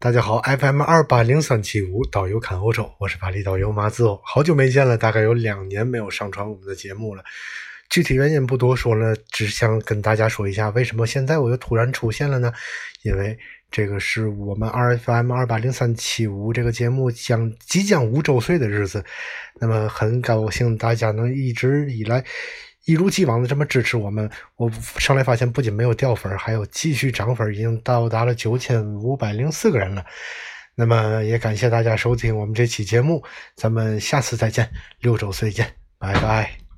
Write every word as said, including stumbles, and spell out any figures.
大家好 ，F M 二八零三七五导游看欧洲，我是巴黎导游马子欧，好久没见了，大概有两年没有上传我们的节目了。具体原因不多说了，只想跟大家说一下，为什么现在我又突然出现了呢？因为这个是我们 F M 二八零三七五这个节目将即将五周岁的日子，那么很高兴大家能一直以来一如既往的这么支持我们。我上来发现不仅没有掉分，还有继续涨分，已经到达了九千五百零四个人了。那么也感谢大家收听我们这期节目，咱们下次再见，六周岁见，拜拜。